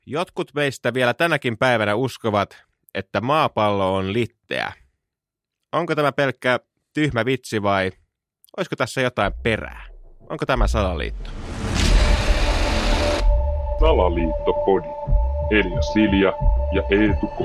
Jotkut meistä vielä tänäkin päivänä uskovat, että maapallo on litteä. Onko tämä pelkkä tyhmä vitsi vai olisiko tässä jotain perää? Onko tämä salaliitto? Salaliittopodi. Elia Silja ja Eetu K.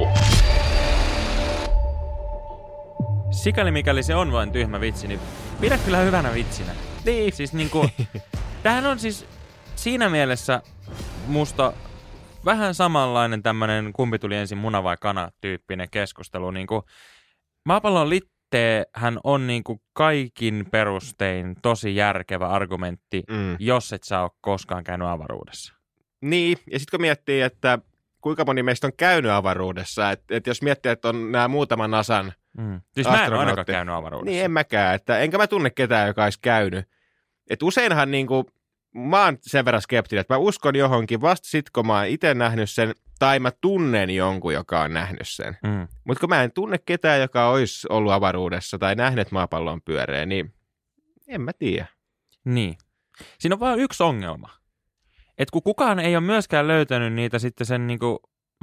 Sikäli mikäli se on vain tyhmä vitsi, niin pidä kyllä hyvänä vitsinä. Niin. Siis niinku, tämähän on siis siinä mielessä musta vähän samanlainen tämmönen kumpi tuli ensin muna vai kana -tyyppinen keskustelu. Niinku, maapallon litteähän on niinku kaikin perustein tosi järkevä argumentti, jos et sä ole koskaan käynyt avaruudessa. Niin, ja sitten kun miettii, että kuinka moni meistä on käynyt avaruudessa, että jos miettii, että on nämä muutaman NASAn Siis mä en ole ainakaan käynyt avaruudessa. Niin, en mäkään, että enkä mä tunne ketään, joka olisi käynyt. Että useinhan niinku, mä oon sen verran skeptinen, että mä uskon johonkin vasta sit, kun mä oon itse nähnyt sen, tai mä tunnen jonkun, joka on nähnyt sen. Mutta kun mä en tunne ketään, joka olisi ollut avaruudessa tai nähnyt maapallon pyöreä, niin en mä tiedä. Niin. Siinä on vaan yksi ongelma. Että kun kukaan ei ole myöskään löytänyt niitä sitten sen niinku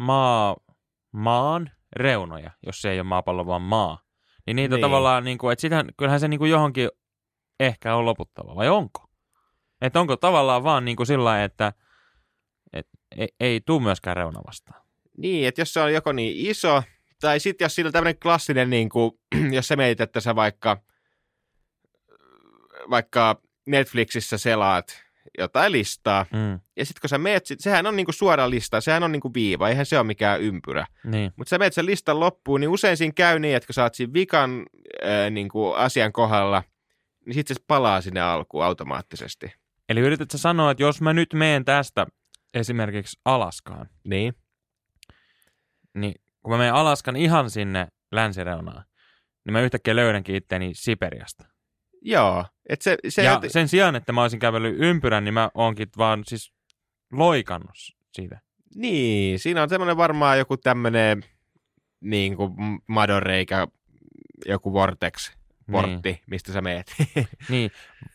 maan reunoja, jos se ei ole maapallo, vaan maa. Niin niitä tavallaan, niinku, että kyllähän se niinku johonkin ehkä on loputtava, vai onko? Että onko tavallaan vaan niinku sillä lailla, että ei tule myöskään reuna vastaan. Niin, että jos se on joko niin iso, tai sitten jos sillä tämmöinen klassinen, niinku, jos sä mietit, että sä vaikka Netflixissä selaat jotain listaa, ja sitten kun sä meet, sehän on niinku suora lista, sehän on niinku viiva, eihän se ole mikään ympyrä. Niin. Mutta sä meet sen listan loppuun, niin usein siinä käy niin, että kun sä oot siinä vikan niinku asian kohdalla, niin sitten se palaa sinne alkuun automaattisesti. Eli yritätkö sanoa, että jos mä nyt menen tästä esimerkiksi Alaskaan, niin kun mä menen Alaskan ihan sinne länsireunaan, niin mä yhtäkkiä löydänkin itteni Siperiasta. Joo. Sen sijaan, että mä olisin kävellyt ympyrän, niin mä oonkin vaan siis loikannut siitä. Niin, siinä on semmoinen varmaan joku tämmöinen niin kuin madonreikä, joku vortex-portti, mistä sä meet. Niin.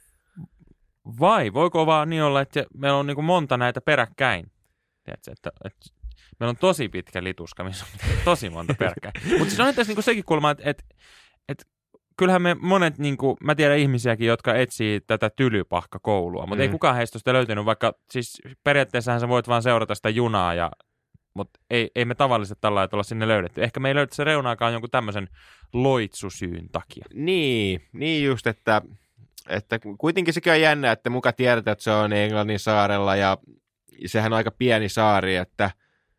Vai voiko vaan niin olla, että meillä on niin kuin monta näitä peräkkäin? Tiedätkö, että meillä on tosi pitkä lituska, missä on tosi monta peräkkäin. Mutta siis on tässä niin kuin sekin kulma, että kyllähän me monet, niin kuin, mä tiedän ihmisiäkin, jotka etsii tätä tylypahkakoulua, mutta ei kukaan heistä sitä löytänyt, vaikka siis periaatteessahan sä voit vaan seurata sitä junaa, mutta ei me tavalliset tällä lailla olla sinne löydetty. Ehkä me ei löydetä se reunaakaan jonkun tämmöisen loitsusyyn takia. Niin just, että kuitenkin sekin on jännä, että muka tiedetään, että se on Englannin saarella ja sehän on aika pieni saari, että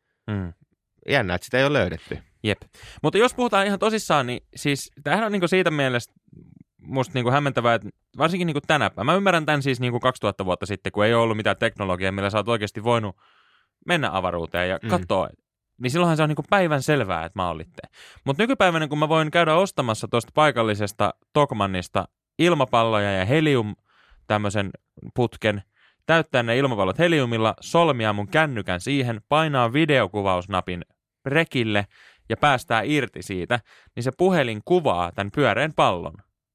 jännä, että sitä ei ole löydetty. Jep. Mutta jos puhutaan ihan tosissaan, niin siis tämähän on niinku siitä mielestä musta niinku hämmentävää, että varsinkin niinku tänä päivänä. Mä ymmärrän tämän siis niinku 2000 vuotta sitten, kun ei ole ollut mitään teknologiaa, millä sä oot oikeasti voinut mennä avaruuteen ja katsoa. Niin silloinhan se on niinku päivän selvää, että mä oon litteä. Mutta nykypäivänä, kun mä voin käydä ostamassa tuosta paikallisesta Tokmannista ilmapalloja ja helium tämmöisen putken, täyttää ne ilmapallot heliumilla, solmia mun kännykän siihen, painaa videokuvausnapin rekille ja päästää irti siitä, niin se puhelin kuvaa tämän pyöreän pallon.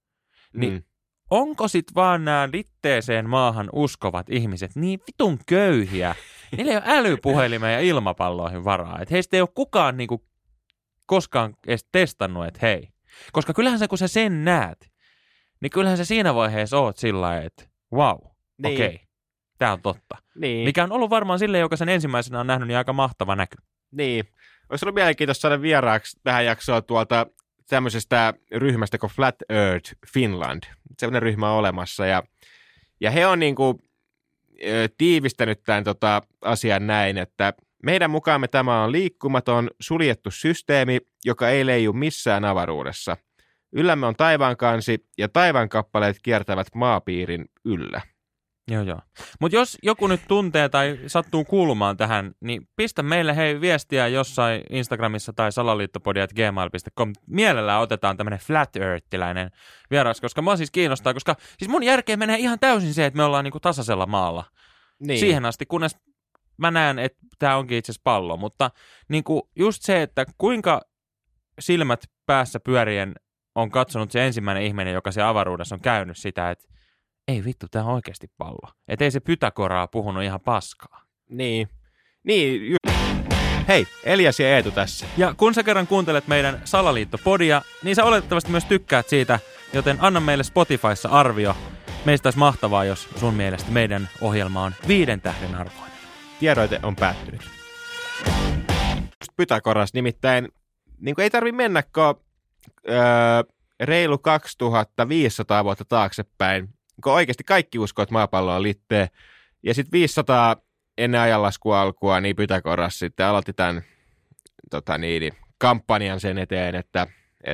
Niin onko sit vaan nämä litteeseen maahan uskovat ihmiset niin vitun köyhiä? Niillä ei ole älypuhelimeen ja ilmapalloihin varaa. Että heistä ei ole kukaan niinku koskaan edes testannut, että hei. Koska kyllähän sä, kun sä sen näet, niin kyllähän sä siinä vaiheessa oot sillä lailla, että wow, okei, tää on totta. Niin. Mikä on ollut varmaan sille, joka sen ensimmäisenä on nähnyt, niin aika mahtava näky. Niin. Olisi ollut mielenkiintoista saada vieraaksi tähän jaksoon tuolta tämmöisestä ryhmästä kuin Flat Earth Finland. Sellainen ryhmä on olemassa ja he on niinku tiivistänyt tämän asian näin, että meidän mukaamme tämä on liikkumaton, suljettu systeemi, joka ei leiju missään avaruudessa. Yllämme on taivaankansi ja taivaankappaleet kiertävät maapiirin yllä. Joo. Mutta jos joku nyt tuntee tai sattuu kuulumaan tähän, niin pistä meille hei viestiä jossain Instagramissa tai salaliittopodi@gmail.com. Mielellään otetaan tämmöinen flat earthiläinen vieras, koska mua siis kiinnostaa, koska siis mun järkeen menee ihan täysin se, että me ollaan niinku tasaisella maalla. Niin. Siihen asti, kunnes mä näen, että tämä onkin itse asiassa pallo, mutta niinku just se, että kuinka silmät päässä pyörien on katsonut se ensimmäinen ihminen, joka siellä avaruudessa on käynyt sitä, että ei vittu, tämä on oikeasti pallo. Että ei se Pythagoraa puhunut ihan paskaa. Niin. Hei, Elias ja Eetu tässä. Ja kun sä kerran kuuntelet meidän Salaliittopodia, niin sä oletettavasti myös tykkäät siitä, joten anna meille Spotifyssa arvio. Meistä olisi mahtavaa, jos sun mielestä meidän ohjelma on 5 tähden arvoinen. Tiedoite on päättynyt. Pythagoras nimittäin, niin ei tarvi mennä reilu 2500 vuotta taaksepäin, kun oikeasti kaikki uskoo, että maapallo on litteä. Ja sitten 500 ennen ajanlaskua alkua, niin Pythagoras sitten aloitti tämän kampanjan sen eteen, että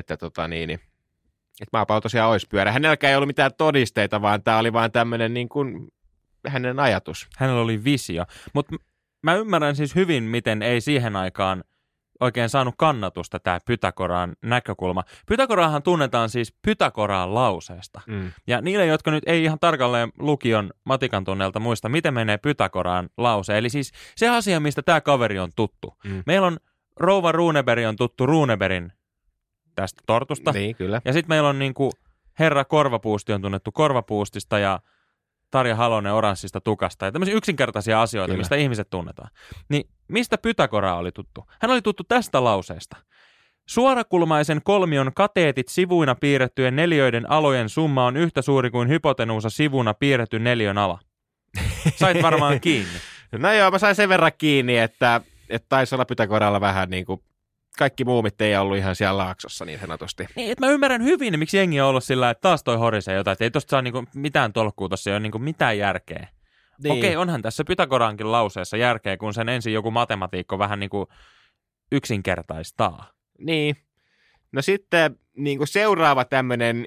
maapallo tosiaan olisi pyörä. Hänelläkään ei ollut mitään todisteita, vaan tämä oli vaan tämmöinen niin kuin hänen ajatus. Hänellä oli visio. Mutta mä ymmärrän siis hyvin, miten ei siihen aikaan oikein saanut kannatusta tämä Pythagoraan näkökulma. Pythagoraahan tunnetaan siis Pythagoraan lauseesta. Ja niille, jotka nyt ei ihan tarkalleen lukion matikan tunnelta muista, miten menee Pythagoraan lause. Eli siis se asia, mistä tämä kaveri on tuttu. Meillä on rouva Runeberg on tuttu Runebergin tästä tortusta. Niin, kyllä. Ja sitten meillä on niinku herra Korvapuusti on tunnettu Korvapuustista ja Tarja Halonen oranssista tukasta ja tämmöisiä yksinkertaisia asioita, mistä ihmiset tunnetaan. Niin mistä Pythagora oli tuttu? Hän oli tuttu tästä lauseesta. Suorakulmaisen kolmion kateetit sivuina piirrettyjen neliöiden alojen summa on yhtä suuri kuin hypotenuusa sivuna piirretty neliön ala. Sait varmaan kiinni. No joo, mä sain sen verran kiinni, että taisi olla Pythagoralla vähän niin kuin kaikki muumit ei ollut ihan siellä laaksossa niin sanotusti. Niin, että mä ymmärrän hyvin, miksi jengi on ollut sillä, että taas toi horisee jotain, että ei tosta saa niinku mitään tolkkua, tossa ei ole niinku mitään järkeä. Niin. Okei, onhan tässä Pythagoraankin lauseessa järkeä, kun sen ensin joku matematiikko vähän niinku yksinkertaistaa. Niin. No sitten niinku seuraava tämmöinen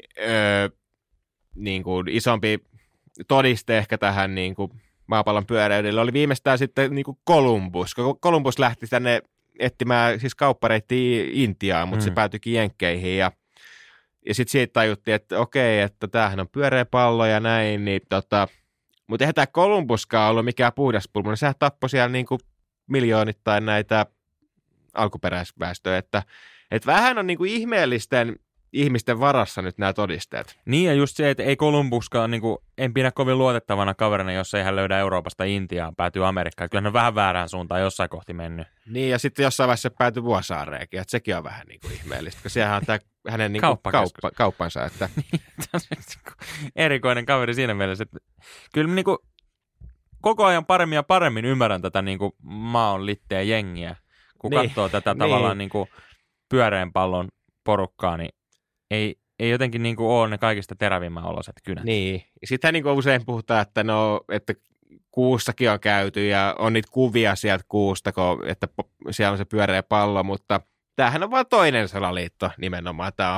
niinku isompi todiste ehkä tähän niinku maapallon pyöräydelle oli viimeistään sitten niinku Columbus. Columbus lähti tänne etsimään siis kauppareitti Intiaan, mutta se päätyikin Jenkkeihin ja sitten siitä tajuttiin, että okei, että tämähän on pyöreä pallo ja näin, niin mutta eihän tämä Columbuskaan ollut mikään puhdaspulmu, sehän tappoi siellä niinku miljoonittain näitä alkuperäisväestöä, että vähän on niinku ihmeellisten ihmisten varassa nyt nämä todisteet. Niin ja just se, että ei Columbuskaan, niinku, en pidä kovin luotettavana kaverina, jos ei hän löydä Euroopasta Intiaan, päätyy Amerikkaan. Kyllä hän on vähän väärään suuntaan jossain kohti mennyt. Niin ja sitten jossain vaiheessa päätyi Vuosaareenkin, että sekin on vähän niinku ihmeellistä, koska siellähän on tämä hänen niinku kauppansa. Että erikoinen kaveri siinä mielessä, että kyllä niinku koko ajan paremmin ja paremmin ymmärrän tätä niinku maan litteen jengiä, kun katsoo tätä tavallaan niinku pyöreän pallon porukkaa, niin ei jotenkin niinku ole ne kaikista terävimmän oloiset kynät. Niin. Sittenhän niinku usein puhutaan, että kuussakin on käyty ja on niitä kuvia sieltä kuusta, että siellä on se pyöreä pallo, mutta tämähän on vain toinen salaliitto nimenomaan, tämä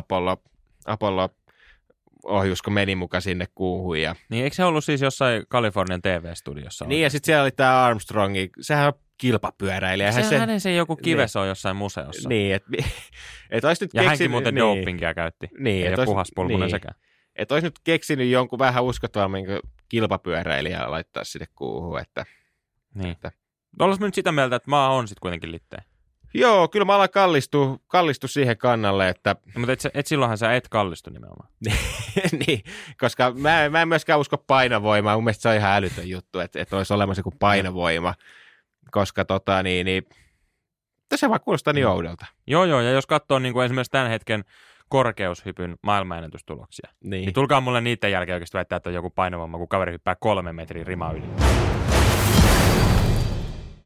Apollo-ohjus, kun meni mukaan sinne kuuhun. Ja niin, eikö se ollut siis jossain Kalifornian TV-studiossa? Niin, ja sitten siellä oli tämä Armstrongi, sehän on kilpapyöräilijä. Hänen se joku kives on jossain museossa. Niin, että olisi nyt ja hänkin muuten dopingia käytti. Niin, ei ole puhaspulmunen sekään. Että olisi nyt keksinyt jonkun vähän uskottavammin kilpapyöräilijää laittaa sinne kuuhun. Niin. Ollaanko me nyt sitä mieltä, että maa on sitten kuitenkin litteä? Joo, kyllä mä alan kallistua siihen kannalle, että no, mutta silloinhan sä et kallistu nimenomaan. Niin, koska mä en myöskään usko painovoimaa. Mun mielestä se on ihan älytön juttu, että olisi olemassa joku painovoima, koska se vaan kuulostaa niin oudolta. Joo, ja jos katsoo niin kuin esimerkiksi tämän hetken korkeushypyn maailmanennätystuloksia, niin tulkaa mulle niiden jälkeen oikeasti väittää, että on joku painovoima, kun kaveri hyppää 3 metrin rima yli.